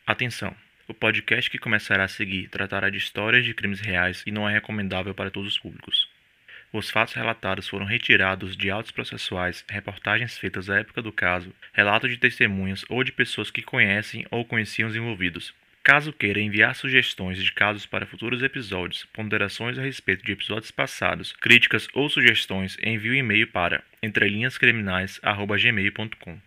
Atenção! O podcast que começará a seguir tratará de histórias de crimes reais e não é recomendável para todos os públicos. Os fatos relatados foram retirados de autos processuais, reportagens feitas à época do caso, relatos de testemunhas ou de pessoas que conhecem ou conheciam os envolvidos. Caso queira enviar sugestões de casos para futuros episódios, ponderações a respeito de episódios passados, críticas ou sugestões, envie o e-mail para entrelinhascriminais@gmail.com.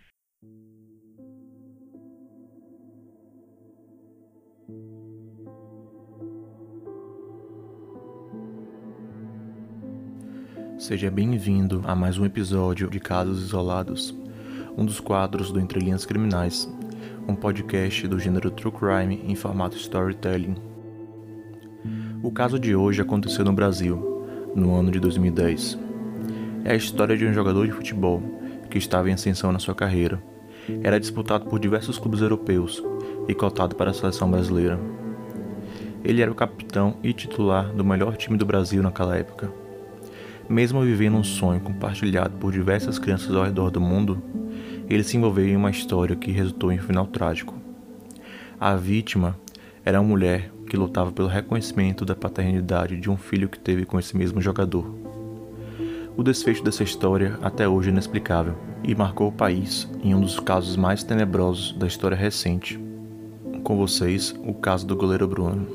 Seja bem-vindo a mais um episódio de Casos Isolados, um dos quadros do Entre Linhas Criminais, um podcast do gênero True Crime em formato storytelling. O caso de hoje aconteceu no Brasil, no ano de 2010. É a história de um jogador de futebol que estava em ascensão na sua carreira. Era disputado por diversos clubes europeus e cotado para a seleção brasileira. Ele era o capitão e titular do melhor time do Brasil naquela época. Mesmo vivendo um sonho compartilhado por diversas crianças ao redor do mundo, ele se envolveu em uma história que resultou em um final trágico. A vítima era uma mulher que lutava pelo reconhecimento da paternidade de um filho que teve com esse mesmo jogador. O desfecho dessa história até hoje é inexplicável e marcou o país em um dos casos mais tenebrosos da história recente. Com vocês, o caso do goleiro Bruno.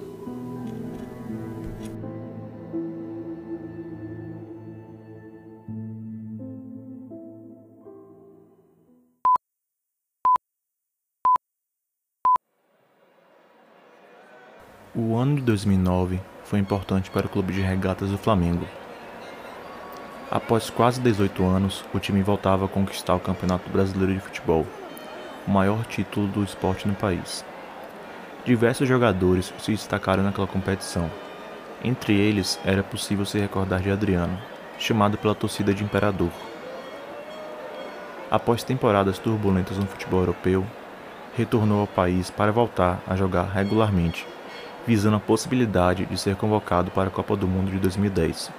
O ano de 2009 foi importante para o clube de regatas do Flamengo. Após quase 18 anos, o time voltava a conquistar o Campeonato Brasileiro de Futebol, o maior título do esporte no país. Diversos jogadores se destacaram naquela competição. Entre eles, era possível se recordar de Adriano, chamado pela torcida de Imperador. Após temporadas turbulentas no futebol europeu, retornou ao país para voltar a jogar regularmente, visando a possibilidade de ser convocado para a Copa do Mundo de 2010.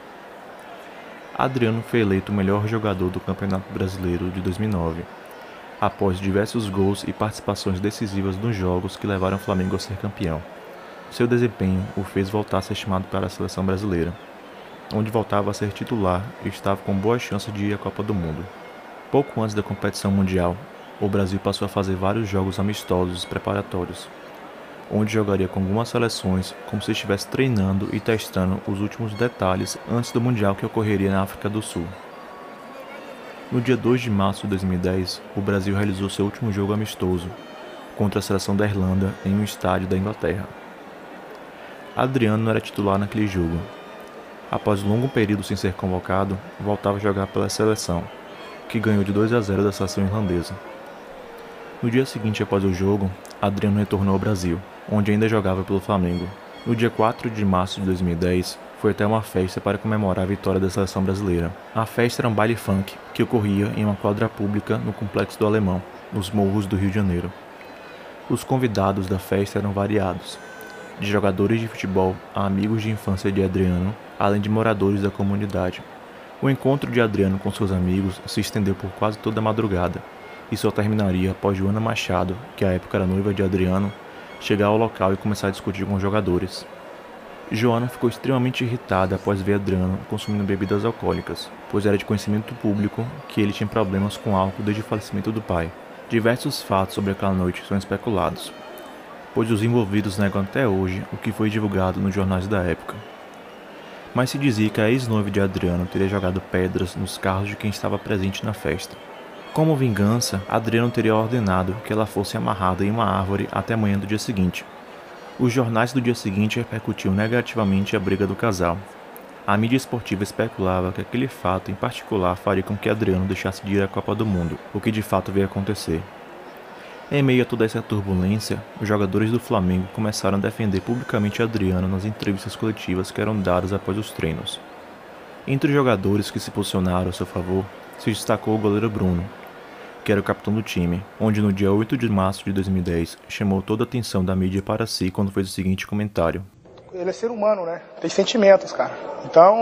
Adriano foi eleito o melhor jogador do Campeonato Brasileiro de 2009, após diversos gols e participações decisivas nos jogos que levaram o Flamengo a ser campeão. Seu desempenho o fez voltar a ser chamado para a seleção brasileira, onde voltava a ser titular e estava com boa chance de ir à Copa do Mundo. Pouco antes da competição mundial, o Brasil passou a fazer vários jogos amistosos preparatórios, onde jogaria com algumas seleções como se estivesse treinando e testando os últimos detalhes antes do Mundial que ocorreria na África do Sul. No dia 2 de março de 2010, o Brasil realizou seu último jogo amistoso contra a seleção da Irlanda em um estádio da Inglaterra. Adriano era titular naquele jogo. Após um longo período sem ser convocado, voltava a jogar pela seleção, que ganhou de 2-0 da seleção irlandesa. No dia seguinte após o jogo, Adriano retornou ao Brasil, onde ainda jogava pelo Flamengo. No dia 4 de março de 2010, foi até uma festa para comemorar a vitória da seleção brasileira. A festa era um baile funk, que ocorria em uma quadra pública no Complexo do Alemão, nos morros do Rio de Janeiro. Os convidados da festa eram variados, de jogadores de futebol a amigos de infância de Adriano, além de moradores da comunidade. O encontro de Adriano com seus amigos se estendeu por quase toda a madrugada, e só terminaria após Joana Machado, que à época era noiva de Adriano, chegar ao local e começar a discutir com os jogadores. Joana ficou extremamente irritada após ver Adriano consumindo bebidas alcoólicas, pois era de conhecimento público que ele tinha problemas com álcool desde o falecimento do pai. Diversos fatos sobre aquela noite são especulados, pois os envolvidos negam até hoje o que foi divulgado nos jornais da época. Mas se dizia que a ex-noiva de Adriano teria jogado pedras nos carros de quem estava presente na festa. Como vingança, Adriano teria ordenado que ela fosse amarrada em uma árvore até a manhã do dia seguinte. Os jornais do dia seguinte repercutiam negativamente a briga do casal. A mídia esportiva especulava que aquele fato em particular faria com que Adriano deixasse de ir à Copa do Mundo, o que de fato veio acontecer. Em meio a toda essa turbulência, os jogadores do Flamengo começaram a defender publicamente Adriano nas entrevistas coletivas que eram dadas após os treinos. Entre os jogadores que se posicionaram a seu favor, se destacou o goleiro Bruno, que era o capitão do time, onde no dia 8 de março de 2010 chamou toda a atenção da mídia para si quando fez o seguinte comentário. Ele é ser humano, né? Tem sentimentos, cara. Então,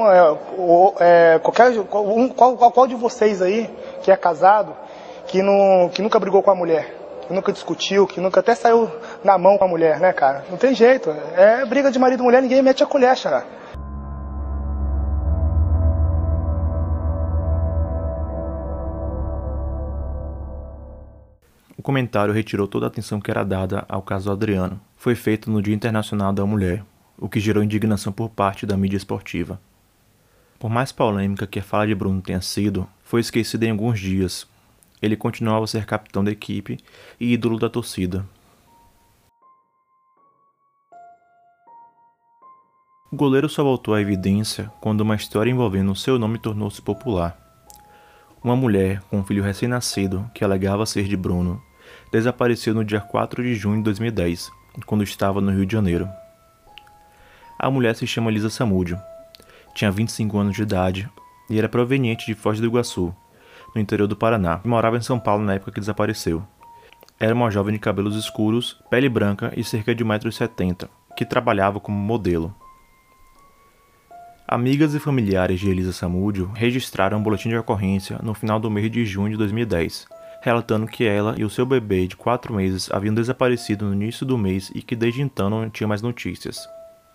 qual de vocês aí que é casado, que nunca brigou com a mulher? que nunca discutiu, que nunca até saiu na mão com a mulher, né, cara? Não tem jeito. É briga de marido e mulher, ninguém mete a colher, xará. O comentário retirou toda a atenção que era dada ao caso Adriano. Foi feito no Dia Internacional da Mulher, o que gerou indignação por parte da mídia esportiva. Por mais polêmica que a fala de Bruno tenha sido, foi esquecida em alguns dias. Ele continuava a ser capitão da equipe e ídolo da torcida. O goleiro só voltou à evidência quando uma história envolvendo o seu nome tornou-se popular. Uma mulher com um filho recém-nascido, que alegava ser de Bruno, desapareceu no dia 4 de junho de 2010, quando estava no Rio de Janeiro. A mulher se chama Elisa Samúdio, tinha 25 anos de idade e era proveniente de Foz do Iguaçu, no interior do Paraná, e morava em São Paulo na época que desapareceu. Era uma jovem de cabelos escuros, pele branca e cerca de 1,70 m, que trabalhava como modelo. Amigas e familiares de Elisa Samúdio registraram um boletim de ocorrência no final do mês de junho de 2010, relatando que ela e o seu bebê de 4 meses haviam desaparecido no início do mês e que desde então não tinha mais notícias.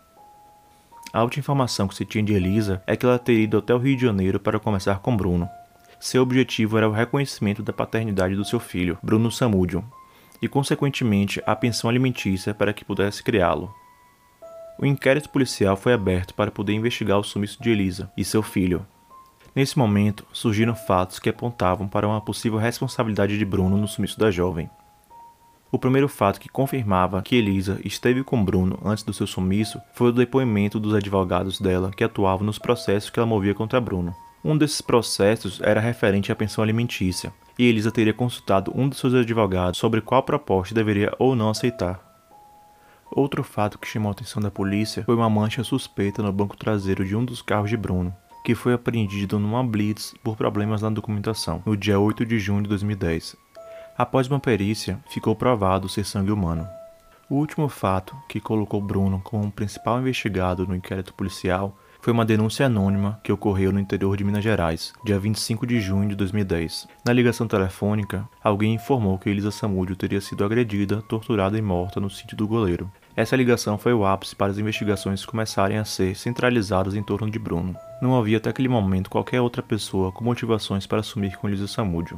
A última informação que se tinha de Elisa é que ela teria ido até o Rio de Janeiro para conversar com Bruno. Seu objetivo era o reconhecimento da paternidade do seu filho, Bruno Samúdio, e consequentemente a pensão alimentícia para que pudesse criá-lo. O inquérito policial foi aberto para poder investigar o sumiço de Elisa e seu filho. Nesse momento, surgiram fatos que apontavam para uma possível responsabilidade de Bruno no sumiço da jovem. O primeiro fato que confirmava que Elisa esteve com Bruno antes do seu sumiço foi o depoimento dos advogados dela que atuavam nos processos que ela movia contra Bruno. Um desses processos era referente à pensão alimentícia, e Elisa teria consultado um dos seus advogados sobre qual proposta deveria ou não aceitar. Outro fato que chamou a atenção da polícia foi uma mancha suspeita no banco traseiro de um dos carros de Bruno, que foi apreendido numa blitz por problemas na documentação, no dia 8 de junho de 2010. Após uma perícia, ficou provado ser sangue humano. O último fato que colocou Bruno como o principal investigado no inquérito policial foi uma denúncia anônima que ocorreu no interior de Minas Gerais, dia 25 de junho de 2010. Na ligação telefônica, alguém informou que Elisa Samúdio teria sido agredida, torturada e morta no sítio do goleiro. Essa ligação foi o ápice para as investigações começarem a ser centralizadas em torno de Bruno. Não havia até aquele momento qualquer outra pessoa com motivações para assumir com Elisa Samúdio.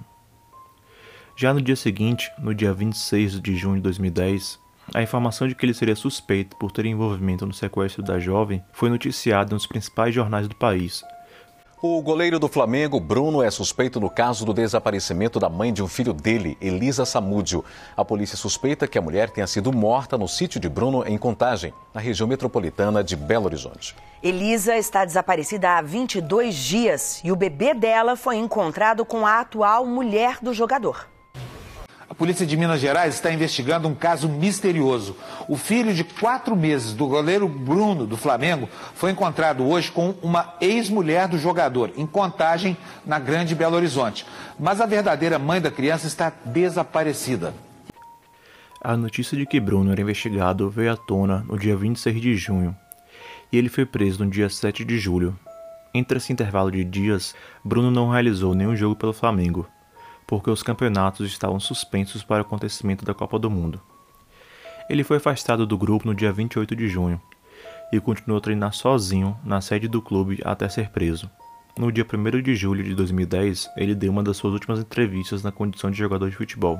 Já no dia seguinte, no dia 26 de junho de 2010, a informação de que ele seria suspeito por ter envolvimento no sequestro da jovem foi noticiada nos principais jornais do país. O goleiro do Flamengo, Bruno, é suspeito no caso do desaparecimento da mãe de um filho dele, Elisa Samúdio. A polícia suspeita que a mulher tenha sido morta no sítio de Bruno, em Contagem, na região metropolitana de Belo Horizonte. Elisa está desaparecida há 22 dias e o bebê dela foi encontrado com a atual mulher do jogador. A polícia de Minas Gerais está investigando um caso misterioso. O filho de 4 meses do goleiro Bruno, do Flamengo, foi encontrado hoje com uma ex-mulher do jogador, em Contagem, na Grande Belo Horizonte. Mas a verdadeira mãe da criança está desaparecida. A notícia de que Bruno era investigado veio à tona no dia 26 de junho, e ele foi preso no dia 7 de julho. Entre esse intervalo de dias, Bruno não realizou nenhum jogo pelo Flamengo, porque os campeonatos estavam suspensos para o acontecimento da Copa do Mundo. Ele foi afastado do grupo no dia 28 de junho e continuou a treinar sozinho na sede do clube até ser preso. No dia 1º de julho de 2010, ele deu uma das suas últimas entrevistas na condição de jogador de futebol.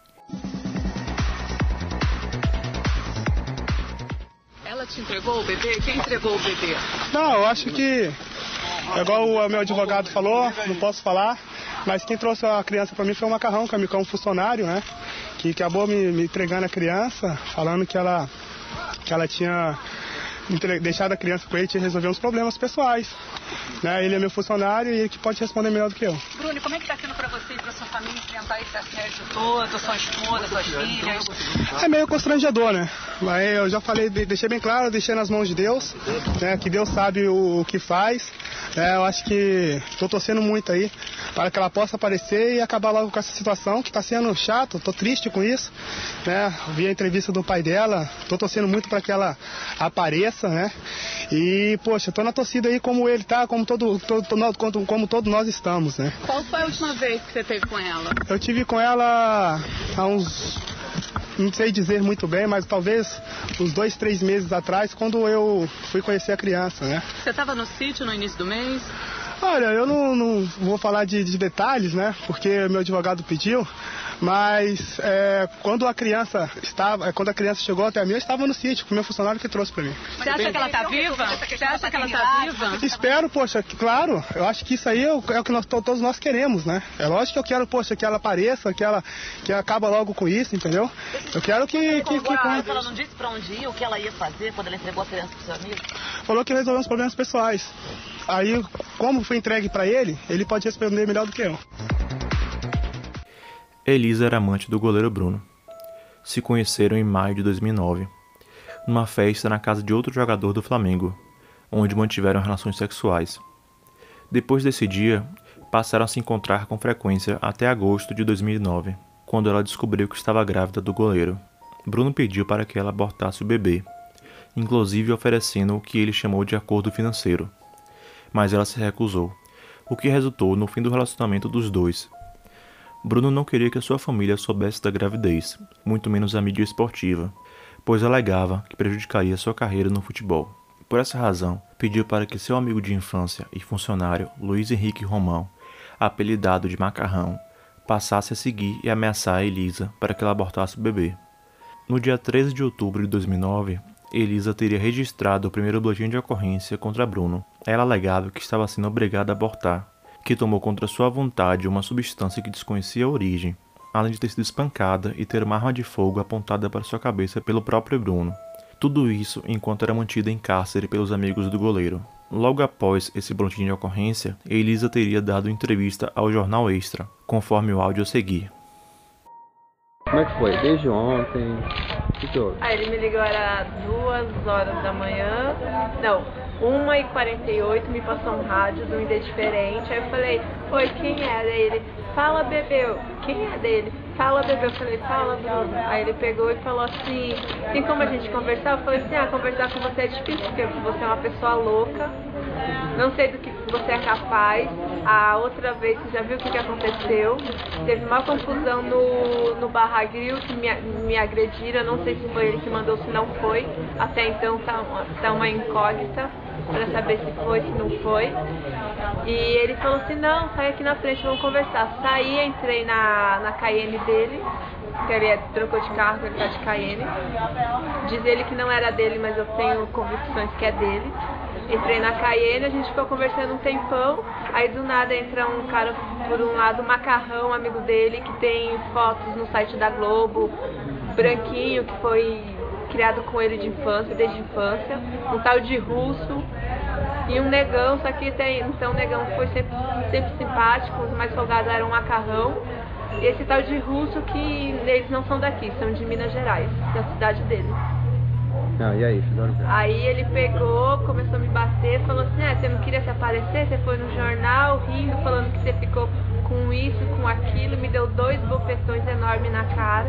Ela te entregou o bebê? Quem entregou o bebê? Não, eu acho que, igual o meu advogado falou, não posso falar, mas quem trouxe a criança para mim foi o Macarrão, que é um funcionário, né? Que acabou me entregando a criança, falando que ela tinha deixado a criança com ele e resolver uns problemas pessoais. Né? Ele é meu funcionário e ele que pode responder melhor do que eu. Bruno, como é que está sendo para você e para sua família enfrentar esse assédio todo, sua esposa, suas filhas? É meio constrangedor, né? Mas eu já falei, deixei bem claro, deixei nas mãos de Deus, né? Que Deus sabe o que faz. Eu acho que estou torcendo muito aí para que ela possa aparecer e acabar logo com essa situação que está sendo chato, estou triste com isso, né? Vi a entrevista do pai dela, estou torcendo muito para que ela apareça, né? E, poxa, estou na torcida aí como ele tá, está como todos nós estamos, né? Qual foi a última vez que você teve com ela? Eu tive com ela há uns, não sei dizer muito bem, mas talvez uns 2, 3 meses atrás, quando eu fui conhecer a criança, né? Você estava no sítio no início do mês? Olha, eu não vou falar de detalhes, né? Porque meu advogado pediu, mas quando a criança chegou até mim, eu estava no sítio, com o meu funcionário que trouxe para mim. Você acha que ela está viva? Você acha que ela está viva? Espero, poxa, claro, eu acho que isso aí é o que todos nós queremos, né? É lógico que eu quero, poxa, que ela apareça, que acaba logo com isso, entendeu? Eu quero que ela não disse para onde ia, o que ela ia fazer quando ela entregou a criança para o seu amigo? Falou que resolveu uns problemas pessoais. Aí, como foi entregue para ele pode responder melhor do que eu. Elisa era amante do goleiro Bruno. Se conheceram em maio de 2009, numa festa na casa de outro jogador do Flamengo, onde mantiveram relações sexuais. Depois desse dia, passaram a se encontrar com frequência até agosto de 2009, quando ela descobriu que estava grávida do goleiro. Bruno pediu para que ela abortasse o bebê, inclusive oferecendo o que ele chamou de acordo financeiro. Mas ela se recusou, o que resultou no fim do relacionamento dos dois. Bruno não queria que a sua família soubesse da gravidez, muito menos a mídia esportiva, pois alegava que prejudicaria sua carreira no futebol. Por essa razão, pediu para que seu amigo de infância e funcionário, Luiz Henrique Romão, apelidado de Macarrão, passasse a seguir e ameaçar a Elisa para que ela abortasse o bebê. No dia 13 de outubro de 2009, Elisa teria registrado o primeiro boletim de ocorrência contra Bruno. Ela alegava que estava sendo obrigada a abortar, que tomou contra sua vontade uma substância que desconhecia a origem, além de ter sido espancada e ter uma arma de fogo apontada para sua cabeça pelo próprio Bruno. Tudo isso enquanto era mantida em cárcere pelos amigos do goleiro. Logo após esse boletim de ocorrência, Elisa teria dado entrevista ao Jornal Extra, conforme o áudio a seguir. Como é que foi? Desde ontem? O que houve? Aí ele me ligou, era 2 horas da manhã, não, 1h48, me passou um rádio de um ID diferente. Aí eu falei, oi, quem é? Daí ele, fala, bebê. Quem é dele? Fala, bebê. Eu falei, fala, Bruno. Aí ele pegou e falou assim, tem como a gente conversar? Eu falei assim, conversar com você é difícil, porque você é uma pessoa louca, não sei do que você é capaz. A outra vez, você já viu o que aconteceu? Teve uma confusão no Barra Grill, que me agrediram, eu não sei se foi ele que mandou, se não foi. Até então tá uma incógnita para saber se foi, se não foi. E ele falou assim, não, sai aqui na frente, vamos conversar. Saí, entrei na Cayenne dele, que ele trocou de carro, ele tá de Cayenne. Diz ele que não era dele, mas eu tenho convicções que é dele. Entrei na Cayenne, a gente ficou conversando um tempão, aí do nada entra um cara, por um lado, Macarrão, amigo dele, que tem fotos no site da Globo, branquinho, que foi criado com ele de infância, desde infância, um tal de Russo e um negão, só que então o negão foi sempre simpático, os mais folgados eram um Macarrão, e esse tal de Russo que eles não são daqui, são de Minas Gerais, da cidade dele. Não, e aí? Aí ele pegou, começou a me bater, falou assim, você não queria se aparecer, você foi no jornal rindo, falando que você ficou com isso, com aquilo, me deu 2 bofetões enormes na cara.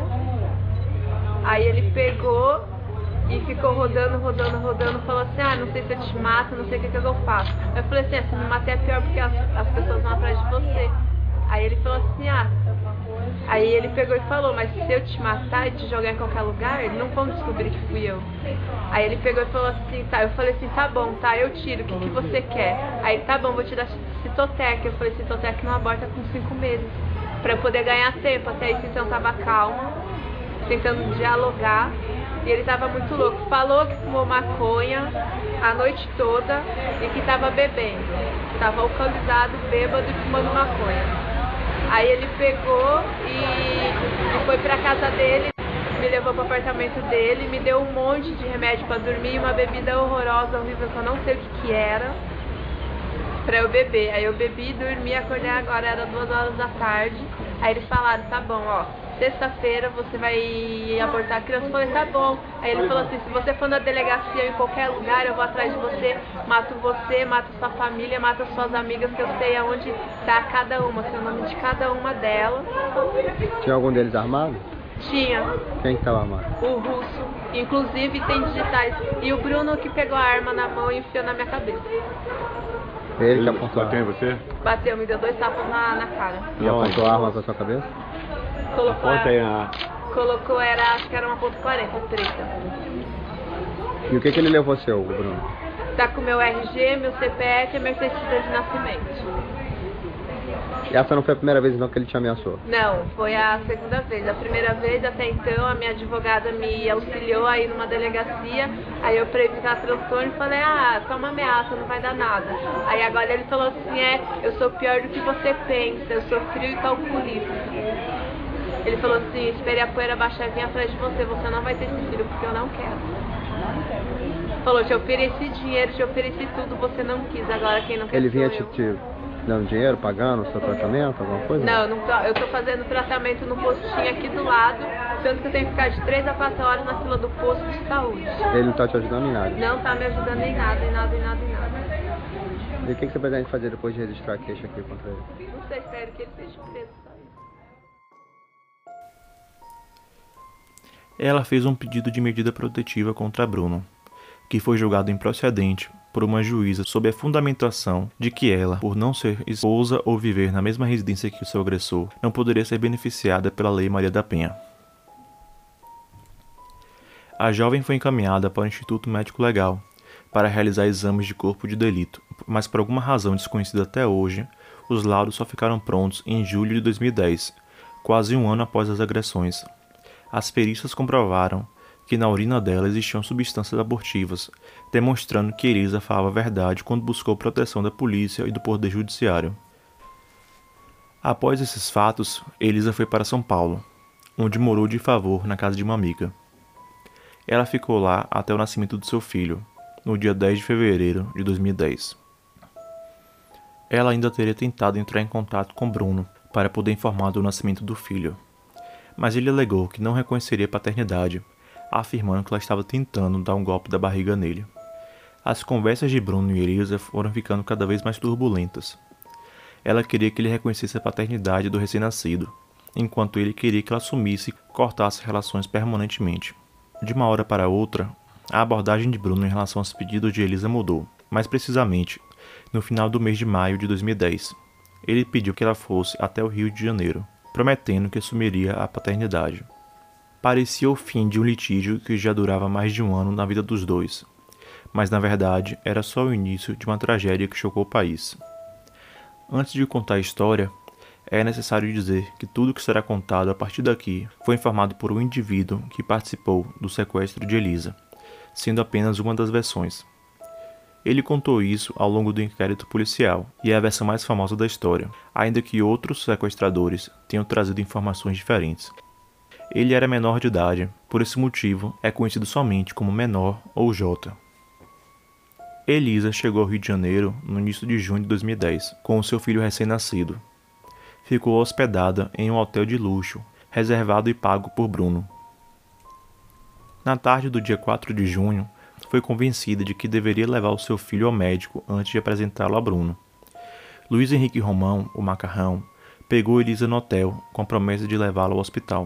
Aí ele pegou e ficou rodando, falou assim, não sei se eu te mato, não sei o que eu faço. Eu falei assim, se me matar é pior porque as pessoas vão atrás de você. Aí ele falou assim, aí ele pegou e falou, mas se eu te matar e te jogar em qualquer lugar, não vão descobrir que fui eu. Aí ele pegou e falou assim, eu falei assim, tá bom, eu tiro, o que você quer? Aí tá bom, vou te dar Citotec. Eu falei, Citotec não aborta com 5 meses, pra eu poder ganhar tempo. Até isso então tava calma, tentando dialogar, e ele tava muito louco. Falou que fumou maconha a noite toda e que tava bebendo. Tava alcoolizado, bêbado e fumando maconha. Aí ele pegou e foi pra casa dele, me levou pro apartamento dele, me deu um monte de remédio pra dormir, uma bebida horrorosa, horrível, que eu não sei o que era, pra eu beber. Aí eu bebi, dormi, acordei agora, era 2 horas da tarde. Aí eles falaram, tá bom, sexta-feira você vai abortar a criança. Eu falei, tá bom. Aí ele falou assim, se você for na delegacia ou em qualquer lugar, eu vou atrás de você, mato sua família, mato suas amigas, que eu sei aonde tá cada uma, sei o nome de cada uma delas. Tinha algum deles armado? Tinha. Quem que tava armado? O Russo. Inclusive tem digitais. E o Bruno que pegou a arma na mão e enfiou na minha cabeça. Foi ele que apontou. Bateu em você? Bateu, me deu 2 tapas na cara. E apontou a arma pra sua cabeça? Colocou, Aponta aí a... colocou acho que era uma .40, treta. E o que ele levou seu, Bruno? Tá com meu RG, meu CPF e minha certidão de nascimento. E essa não foi a primeira vez então que ele te ameaçou? Não, foi a segunda vez. A primeira vez, até então, a minha advogada me auxiliou aí numa delegacia. Aí eu previ a transtorno e falei, só uma ameaça, não vai dar nada. Aí agora ele falou assim, eu sou pior do que você pensa, eu sou frio e calculista. Ele falou assim, espere a poeira baixar e vir atrás de você, você não vai ter esse filho porque eu não quero. Falou, te ofereci dinheiro, te ofereci tudo, você não quis, agora quem não quer Ele vinha sou te dando dinheiro, pagando o seu tratamento, alguma coisa? Não, eu tô fazendo tratamento no postinho aqui do lado, tanto que eu tenho que ficar de 3 a 4 horas na fila do posto de saúde. Ele não tá te ajudando em nada? Não tá me ajudando em nada. E o que você pretende fazer depois de registrar a queixa aqui contra ele? Não sei, espero que ele seja preso, só isso. Ela fez um pedido de medida protetiva contra Bruno, que foi julgado improcedente por uma juíza sob a fundamentação de que ela, por não ser esposa ou viver na mesma residência que o seu agressor, não poderia ser beneficiada pela Lei Maria da Penha. A jovem foi encaminhada para o Instituto Médico Legal para realizar exames de corpo de delito, mas por alguma razão desconhecida até hoje, os laudos só ficaram prontos em julho de 2010, quase um ano após as agressões. As perícias comprovaram que na urina dela existiam substâncias abortivas, demonstrando que Elisa falava a verdade quando buscou proteção da polícia e do poder judiciário. Após esses fatos, Elisa foi para São Paulo, onde morou de favor na casa de uma amiga. Ela ficou lá até o nascimento do seu filho, no dia 10 de fevereiro de 2010. Ela ainda teria tentado entrar em contato com Bruno para poder informar do nascimento do filho, mas ele alegou que não reconheceria a paternidade, afirmando que ela estava tentando dar um golpe da barriga nele. As conversas de Bruno e Elisa foram ficando cada vez mais turbulentas. Ela queria que ele reconhecesse a paternidade do recém-nascido, enquanto ele queria que ela assumisse e cortasse relações permanentemente. De uma hora para outra, a abordagem de Bruno em relação aos pedidos de Elisa mudou. Mais precisamente, no final do mês de maio de 2010, ele pediu que ela fosse até o Rio de Janeiro, prometendo que assumiria a paternidade. Parecia o fim de um litígio que já durava mais de um ano na vida dos dois, mas na verdade era só o início de uma tragédia que chocou o país. Antes de contar a história, é necessário dizer que tudo que será contado a partir daqui foi informado por um indivíduo que participou do sequestro de Elisa, sendo apenas uma das versões. Ele contou isso ao longo do inquérito policial e é a versão mais famosa da história, ainda que outros sequestradores tenham trazido informações diferentes. Ele era menor de idade, por esse motivo é conhecido somente como Menor ou Jota. Elisa chegou ao Rio de Janeiro no início de junho de 2010, com o seu filho recém-nascido. Ficou hospedada em um hotel de luxo, reservado e pago por Bruno. Na tarde do dia 4 de junho, foi convencida de que deveria levar o seu filho ao médico antes de apresentá-lo a Bruno. Luiz Henrique Romão, o Macarrão, pegou Elisa no hotel com a promessa de levá-la ao hospital.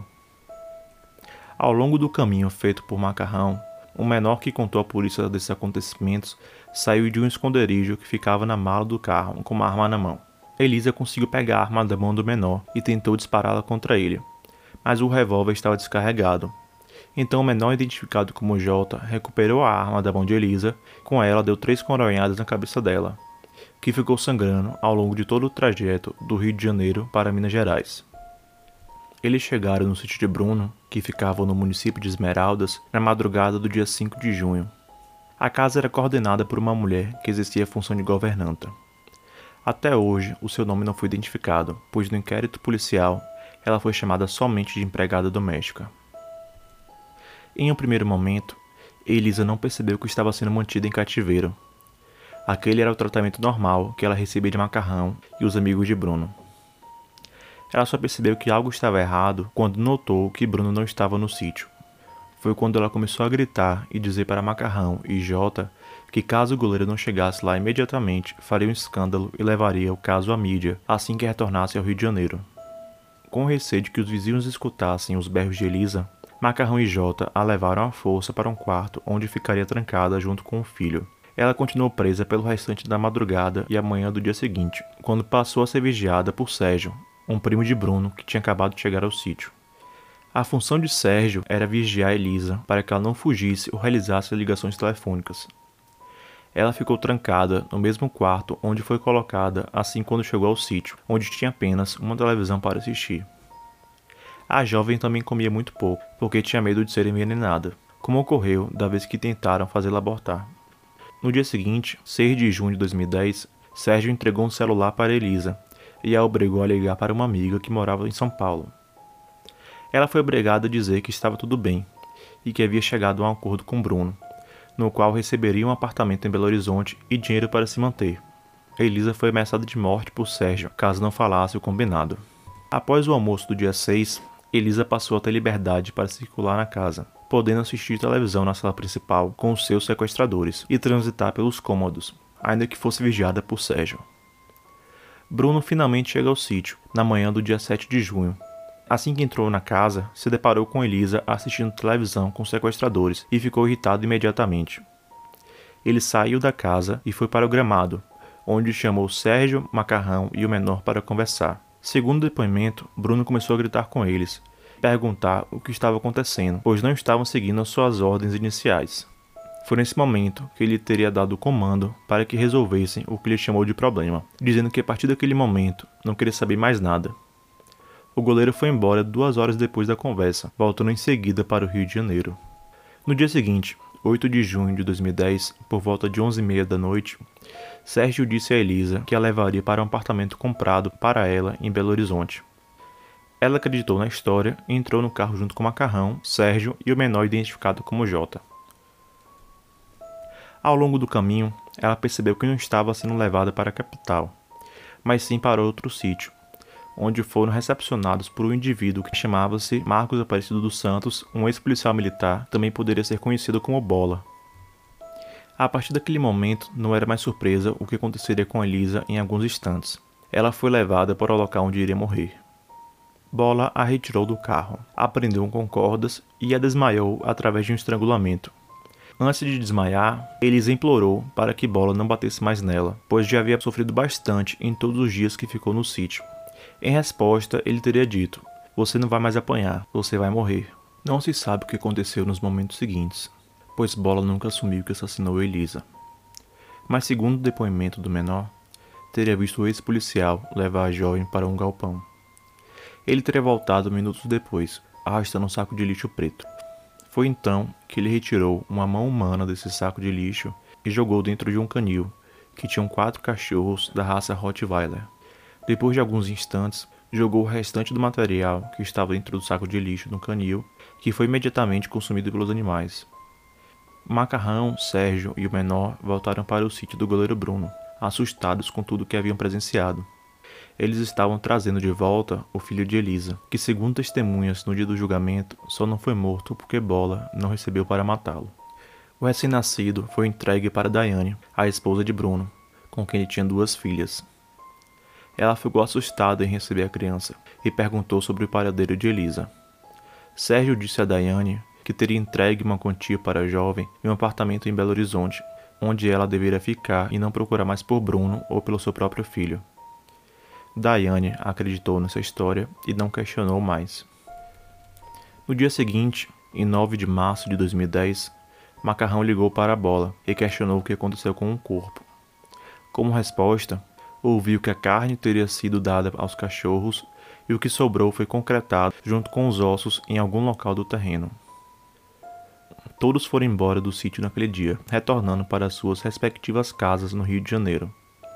Ao longo do caminho feito por Macarrão, o menor que contou à polícia desses acontecimentos saiu de um esconderijo que ficava na mala do carro com uma arma na mão. Elisa conseguiu pegar a arma da mão do menor e tentou dispará-la contra ele, mas o revólver estava descarregado. Então o menor, identificado como Jota, recuperou a arma da mão de Elisa, com ela deu 3 coronhadas na cabeça dela, que ficou sangrando ao longo de todo o trajeto do Rio de Janeiro para Minas Gerais. Eles chegaram no sítio de Bruno, que ficava no município de Esmeraldas, na madrugada do dia 5 de junho. A casa era coordenada por uma mulher que exercia a função de governanta. Até hoje, o seu nome não foi identificado, pois no inquérito policial, ela foi chamada somente de empregada doméstica. Em um primeiro momento, Elisa não percebeu que estava sendo mantida em cativeiro. Aquele era o tratamento normal que ela recebia de Macarrão e os amigos de Bruno. Ela só percebeu que algo estava errado quando notou que Bruno não estava no sítio. Foi quando ela começou a gritar e dizer para Macarrão e Jota que caso o goleiro não chegasse lá imediatamente, faria um escândalo e levaria o caso à mídia assim que retornasse ao Rio de Janeiro. Com receio de que os vizinhos escutassem os berros de Elisa, Macarrão e Jota a levaram à força para um quarto onde ficaria trancada junto com o filho. Ela continuou presa pelo restante da madrugada e a manhã do dia seguinte, quando passou a ser vigiada por Sérgio, um primo de Bruno que tinha acabado de chegar ao sítio. A função de Sérgio era vigiar Elisa para que ela não fugisse ou realizasse ligações telefônicas. Ela ficou trancada no mesmo quarto onde foi colocada assim quando chegou ao sítio, onde tinha apenas uma televisão para assistir. A jovem também comia muito pouco, porque tinha medo de ser envenenada, como ocorreu da vez que tentaram fazê-la abortar. No dia seguinte, 6 de junho de 2010, Sérgio entregou um celular para Elisa e a obrigou a ligar para uma amiga que morava em São Paulo. Ela foi obrigada a dizer que estava tudo bem e que havia chegado a um acordo com Bruno, no qual receberia um apartamento em Belo Horizonte e dinheiro para se manter. Elisa foi ameaçada de morte por Sérgio caso não falasse o combinado. Após o almoço do dia 6, Elisa passou a ter liberdade para circular na casa, podendo assistir televisão na sala principal com os seus sequestradores e transitar pelos cômodos, ainda que fosse vigiada por Sérgio. Bruno finalmente chega ao sítio, na manhã do dia 7 de junho. Assim que entrou na casa, se deparou com Elisa assistindo televisão com os sequestradores e ficou irritado imediatamente. Ele saiu da casa e foi para o gramado, onde chamou Sérgio, Macarrão e o menor para conversar. Segundo o depoimento, Bruno começou a gritar com eles, perguntar o que estava acontecendo, pois não estavam seguindo as suas ordens iniciais. Foi nesse momento que ele teria dado o comando para que resolvessem o que ele chamou de problema, dizendo que a partir daquele momento não queria saber mais nada. O goleiro foi embora 2 horas depois da conversa, voltando em seguida para o Rio de Janeiro. No dia seguinte, 8 de junho de 2010, por volta de 11h30 da noite, Sérgio disse a Elisa que a levaria para um apartamento comprado para ela em Belo Horizonte. Ela acreditou na história e entrou no carro junto com Macarrão, Sérgio e o menor identificado como Jota. Ao longo do caminho, ela percebeu que não estava sendo levada para a capital, mas sim para outro sítio, onde foram recepcionados por um indivíduo que chamava-se Marcos Aparecido dos Santos, um ex-policial militar, também poderia ser conhecido como Bola. A partir daquele momento, não era mais surpresa o que aconteceria com Elisa em alguns instantes. Ela foi levada para o local onde iria morrer. Bola a retirou do carro, a prendeu com cordas e a desmaiou através de um estrangulamento. Antes de desmaiar, Elisa implorou para que Bola não batesse mais nela, pois já havia sofrido bastante em todos os dias que ficou no sítio. Em resposta, ele teria dito: "Você não vai mais apanhar, você vai morrer." Não se sabe o que aconteceu nos momentos seguintes, pois Bola nunca assumiu que assassinou Elisa. Mas segundo o depoimento do menor, teria visto o ex-policial levar a jovem para um galpão. Ele teria voltado minutos depois, arrastando um saco de lixo preto. Foi então que ele retirou uma mão humana desse saco de lixo e jogou dentro de um canil, que tinham 4 cachorros da raça Rottweiler. Depois de alguns instantes, jogou o restante do material que estava dentro do saco de lixo no canil, que foi imediatamente consumido pelos animais. Macarrão, Sérgio e o menor voltaram para o sítio do goleiro Bruno, assustados com tudo que haviam presenciado. Eles estavam trazendo de volta o filho de Elisa, que segundo testemunhas no dia do julgamento, só não foi morto porque Bola não recebeu para matá-lo. O recém-nascido foi entregue para Daiane, a esposa de Bruno, com quem ele tinha 2 filhas. Ela ficou assustada em receber a criança e perguntou sobre o paradeiro de Elisa. Sérgio disse a Daiane que teria entregue uma quantia para a jovem em um apartamento em Belo Horizonte, onde ela deveria ficar e não procurar mais por Bruno ou pelo seu próprio filho. Daiane acreditou nessa história e não questionou mais. No dia seguinte, em 9 de março de 2010, Macarrão ligou para a Bola e questionou o que aconteceu com o corpo. Como resposta, ouviu que a carne teria sido dada aos cachorros e o que sobrou foi concretado junto com os ossos em algum local do terreno. Todos foram embora do sítio naquele dia, retornando para suas respectivas casas no Rio de Janeiro.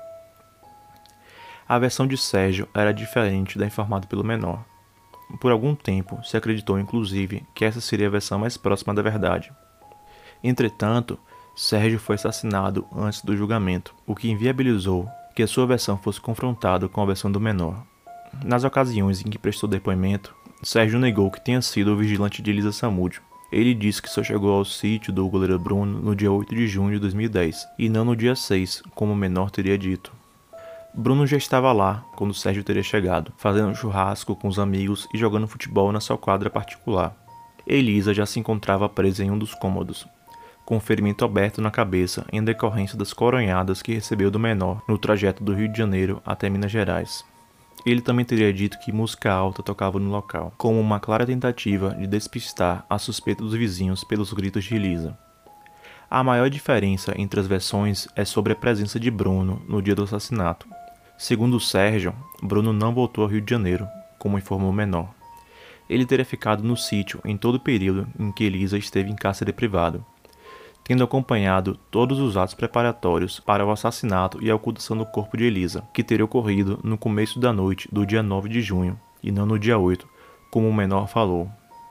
A versão de Sérgio era diferente da informada pelo menor. Por algum tempo, se acreditou inclusive que essa seria a versão mais próxima da verdade. Entretanto, Sérgio foi assassinado antes do julgamento, o que inviabilizou que a sua versão fosse confrontada com a versão do menor. Nas ocasiões em que prestou depoimento, Sérgio negou que tenha sido o vigilante de Elisa Samúdio. Ele disse que só chegou ao sítio do goleiro Bruno no dia 8 de junho de 2010, e não no dia 6, como o menor teria dito. Bruno já estava lá quando Sérgio teria chegado, fazendo um churrasco com os amigos e jogando futebol na sua quadra particular. Elisa já se encontrava presa em um dos cômodos, com ferimento aberto na cabeça em decorrência das coronhadas que recebeu do menor no trajeto do Rio de Janeiro até Minas Gerais. Ele também teria dito que música alta tocava no local, como uma clara tentativa de despistar a suspeita dos vizinhos pelos gritos de Elisa. A maior diferença entre as versões é sobre a presença de Bruno no dia do assassinato. Segundo Sérgio, Bruno não voltou ao Rio de Janeiro, como informou o menor. Ele teria ficado no sítio em todo o período em que Elisa esteve em cárcere privado, tendo acompanhado todos os atos preparatórios para o assassinato e a ocultação do corpo de Elisa, que teria ocorrido no começo da noite do dia 9 de junho, e não no dia 8, como o menor falou.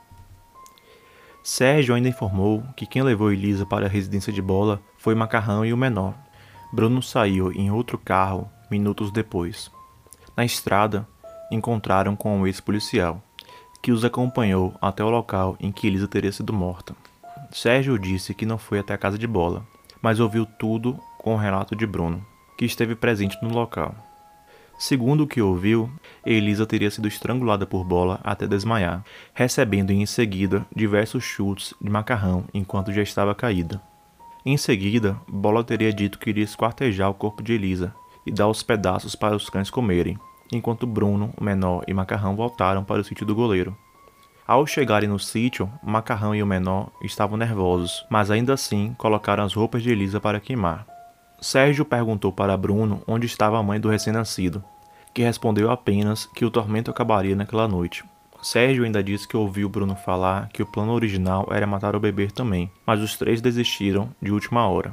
Sérgio ainda informou que quem levou Elisa para a residência de Bola foi Macarrão e o menor. Bruno saiu em outro carro minutos depois. Na estrada, encontraram com um ex-policial, que os acompanhou até o local em que Elisa teria sido morta. Sérgio disse que não foi até a casa de Bola, mas ouviu tudo com o relato de Bruno, que esteve presente no local. Segundo o que ouviu, Elisa teria sido estrangulada por Bola até desmaiar, recebendo em seguida diversos chutes de Macarrão enquanto já estava caída. Em seguida, Bola teria dito que iria esquartejar o corpo de Elisa e dar os pedaços para os cães comerem, enquanto Bruno, o menor e Macarrão voltaram para o sítio do goleiro. Ao chegarem no sítio, Macarrão e o menor estavam nervosos, mas ainda assim colocaram as roupas de Elisa para queimar. Sérgio perguntou para Bruno onde estava a mãe do recém-nascido, que respondeu apenas que o tormento acabaria naquela noite. Sérgio ainda disse que ouviu Bruno falar que o plano original era matar o bebê também, mas os três desistiram de última hora.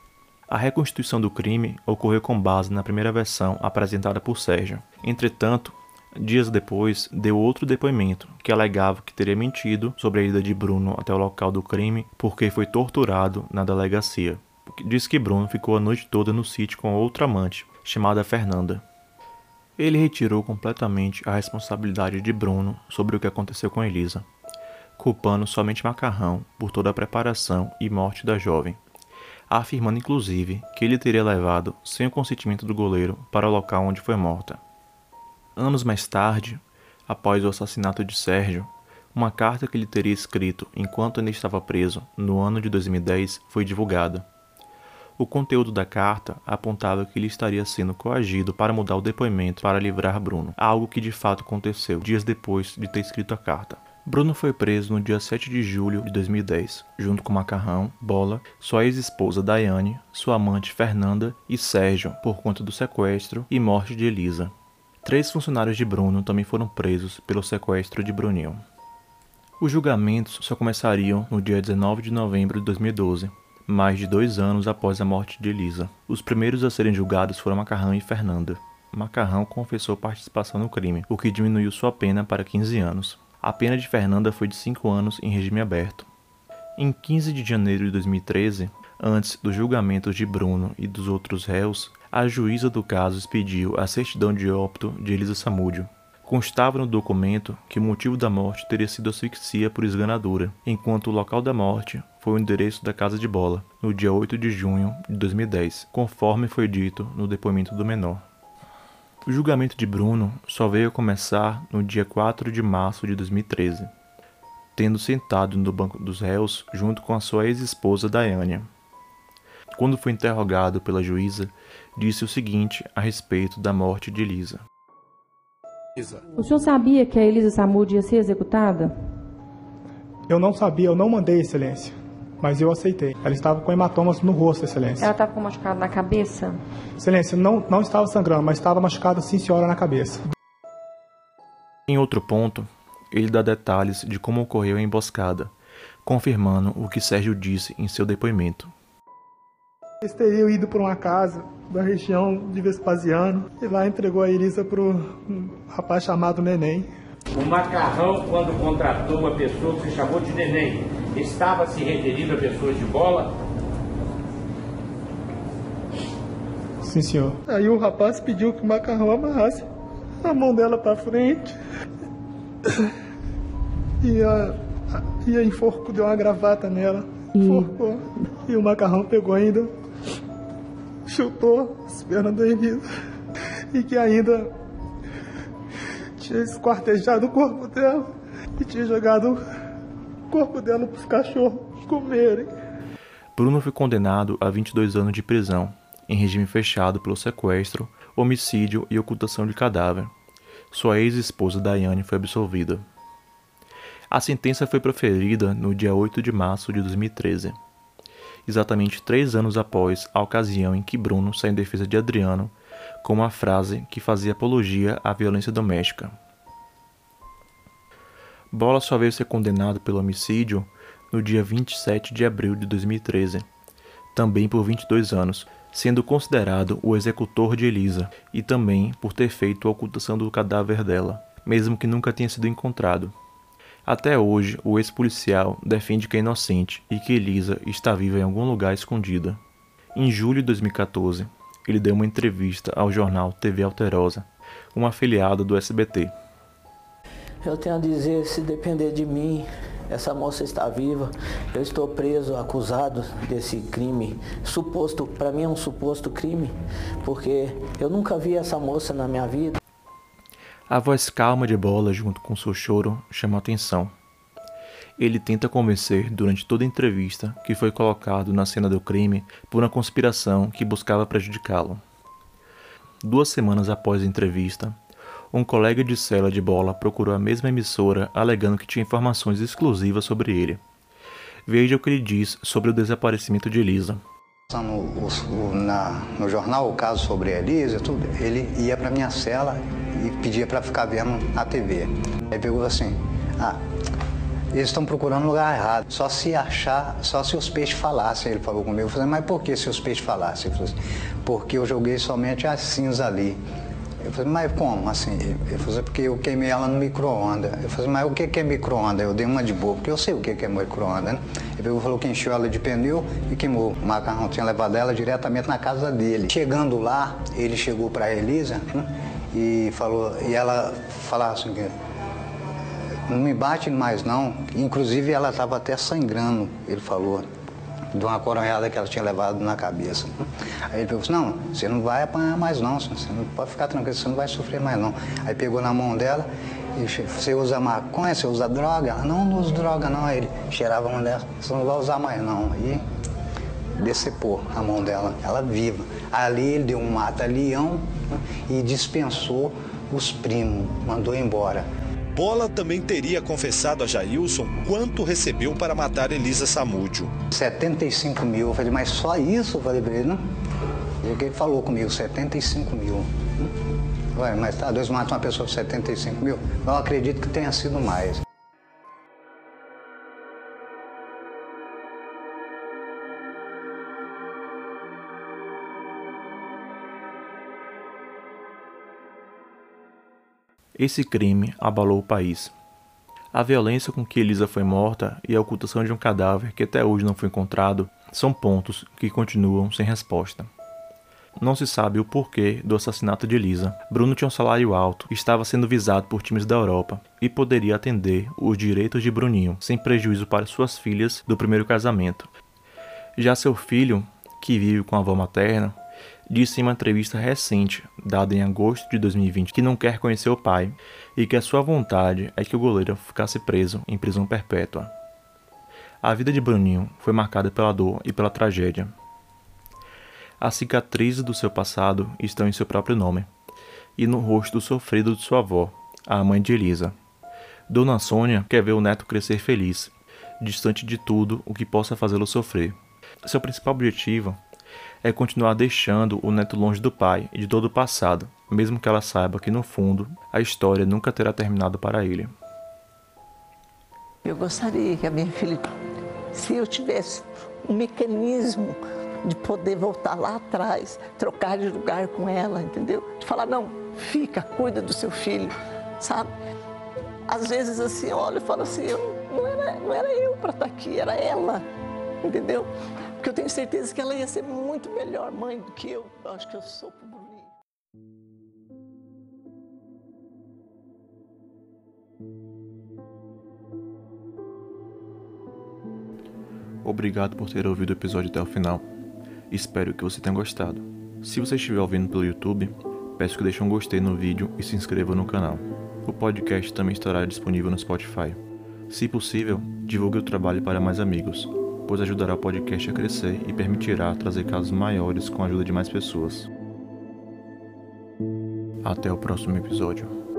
A reconstituição do crime ocorreu com base na primeira versão apresentada por Sérgio. Entretanto, dias depois, deu outro depoimento, que alegava que teria mentido sobre a ida de Bruno até o local do crime porque foi torturado na delegacia. Diz que Bruno ficou a noite toda no sítio com outra amante, chamada Fernanda. Ele retirou completamente a responsabilidade de Bruno sobre o que aconteceu com Elisa, culpando somente Macarrão por toda a preparação e morte da jovem, afirmando inclusive que ele teria levado, sem o consentimento do goleiro, para o local onde foi morta. Anos mais tarde, após o assassinato de Sérgio, uma carta que ele teria escrito enquanto ainda estava preso, no ano de 2010, foi divulgada. O conteúdo da carta apontava que ele estaria sendo coagido para mudar o depoimento para livrar Bruno, algo que de fato aconteceu dias depois de ter escrito a carta. Bruno foi preso no dia 7 de julho de 2010, junto com Macarrão, Bola, sua ex-esposa Daiane, sua amante Fernanda e Sérgio, por conta do sequestro e morte de Elisa. 3 funcionários de Bruno também foram presos pelo sequestro de Bruninho. Os julgamentos só começariam no dia 19 de novembro de 2012, mais de 2 anos após a morte de Elisa. Os primeiros a serem julgados foram Macarrão e Fernanda. Macarrão confessou participação no crime, o que diminuiu sua pena para 15 anos. A pena de Fernanda foi de 5 anos em regime aberto. Em 15 de janeiro de 2013, antes dos julgamentos de Bruno e dos outros réus, a juíza do caso expediu a certidão de óbito de Elisa Samúdio. Constava no documento que o motivo da morte teria sido asfixia por esganadura, enquanto o local da morte foi o endereço da casa de Bola, no dia 8 de junho de 2010, conforme foi dito no depoimento do menor. O julgamento de Bruno só veio a começar no dia 4 de março de 2013, tendo sentado no banco dos réus junto com a sua ex-esposa Daiane. Quando foi interrogado pela juíza, disse o seguinte a respeito da morte de Elisa. O senhor sabia que a Elisa Samúdio ia ser executada? Eu não sabia, eu não mandei, Excelência, mas eu aceitei. Ela estava com hematomas no rosto, Excelência. Ela estava com machucado na cabeça? Excelência, não estava sangrando, mas estava machucada, sim, senhora, na cabeça. Em outro ponto, ele dá detalhes de como ocorreu a emboscada, confirmando o que Sérgio disse em seu depoimento. Eles teriam ido para uma casa da região de Vespasiano e lá entregou a Elisa para um rapaz chamado Neném. O Macarrão, quando contratou uma pessoa que se chamou de Neném, estava se referindo a pessoas de Bola? Sim, senhor. Aí o rapaz pediu que o Macarrão amarrasse a mão dela para frente e a enforcou, deu uma gravata nela, enforcou. E o Macarrão pegou ainda, chutou as pernas da Elisa e que ainda tinha esquartejado o corpo dela e tinha jogado o corpo dela para os cachorros comerem. Bruno foi condenado a 22 anos de prisão, em regime fechado pelo sequestro, homicídio e ocultação de cadáver. Sua ex-esposa Daiane foi absolvida. A sentença foi proferida no dia 8 de março de 2013, exatamente 3 anos após a ocasião em que Bruno saiu em defesa de Adriano com uma frase que fazia apologia à violência doméstica. Bola só veio ser condenado pelo homicídio no dia 27 de abril de 2013, também por 22 anos, sendo considerado o executor de Elisa e também por ter feito a ocultação do cadáver dela, mesmo que nunca tenha sido encontrado. Até hoje, o ex-policial defende que é inocente e que Elisa está viva em algum lugar escondida. Em julho de 2014, ele deu uma entrevista ao jornal TV Alterosa, uma afiliada do SBT. Eu tenho a dizer, se depender de mim, essa moça está viva. Eu estou preso, acusado desse crime. Suposto, para mim é um suposto crime, porque eu nunca vi essa moça na minha vida. A voz calma de Bola junto com seu choro chama a atenção. Ele tenta convencer durante toda a entrevista que foi colocado na cena do crime por uma conspiração que buscava prejudicá-lo. 2 semanas após a entrevista, um colega de cela de Bola procurou a mesma emissora alegando que tinha informações exclusivas sobre ele. Veja o que ele diz sobre o desaparecimento de Elisa. No jornal, o caso sobre a Elisa, tudo, ele ia para minha cela e pedia para ficar vendo na TV. Aí pegou assim, eles estão procurando lugar errado, só se os peixes falassem, ele falou comigo. Eu falei, mas por que se os peixes falassem? Ele falou assim, porque eu joguei somente as cinzas ali. Eu falei, mas como assim? Ele falou, porque eu queimei ela no micro-ondas. Eu falei, mas o que é micro-ondas? Eu dei uma de boa, porque eu sei o que é micro-ondas, né? Ele falou que encheu ela de pneu e queimou. O macarrão tinha levado ela diretamente na casa dele. Chegando lá, ele chegou para a Elisa e falou, e ela falava assim, não me bate mais não. Inclusive ela estava até sangrando, ele falou, de uma coronhada que ela tinha levado na cabeça. Aí ele falou assim, não, você não vai apanhar mais não, você não pode ficar tranquilo, você não vai sofrer mais não. Aí pegou na mão dela, e você usa maconha, você usa droga? Ela, não uso droga não. Aí ele cheirava a mão dela, você não vai usar mais não. Aí decepou a mão dela, ela viva. Ali ele deu um mata-leão e dispensou os primos, mandou embora. Bola também teria confessado a Jailson quanto recebeu para matar Elisa Samúdio. 75 mil. Eu falei, mas só isso? Eu falei para ele, não? Ele falou comigo, 75 mil. Ué, mas tá, 2 matam uma pessoa por 75 mil? Eu acredito que tenha sido mais. Esse crime abalou o país. A violência com que Elisa foi morta e a ocultação de um cadáver que até hoje não foi encontrado são pontos que continuam sem resposta. Não se sabe o porquê do assassinato de Elisa. Bruno tinha um salário alto, estava sendo visado por times da Europa e poderia atender os direitos de Bruninho, sem prejuízo para suas filhas do primeiro casamento. Já seu filho, que vive com a avó materna, disse em uma entrevista recente, dada em agosto de 2020, que não quer conhecer o pai e que a sua vontade é que o goleiro ficasse preso em prisão perpétua. A vida de Bruninho foi marcada pela dor e pela tragédia. As cicatrizes do seu passado estão em seu próprio nome e no rosto sofrido de sua avó, a mãe de Elisa. Dona Sônia quer ver o neto crescer feliz, distante de tudo o que possa fazê-lo sofrer. Seu principal objetivo é continuar deixando o neto longe do pai e de todo o passado, mesmo que ela saiba que, no fundo, a história nunca terá terminado para ele. Eu gostaria que a minha filha, se eu tivesse um mecanismo de poder voltar lá atrás, trocar de lugar com ela, entendeu? De falar, não, fica, cuida do seu filho, sabe? Às vezes assim, olha e falo assim, não era eu para estar aqui, era ela, entendeu? Porque eu tenho certeza que ela ia ser muito melhor mãe do que eu. Eu acho que eu sou pro Bruninho. Obrigado por ter ouvido o episódio até o final. Espero que você tenha gostado. Se você estiver ouvindo pelo YouTube, peço que deixe um gostei no vídeo e se inscreva no canal. O podcast também estará disponível no Spotify. Se possível, divulgue o trabalho para mais amigos. pois ajudará o podcast a crescer e permitirá trazer casos maiores com a ajuda de mais pessoas. Até o próximo episódio.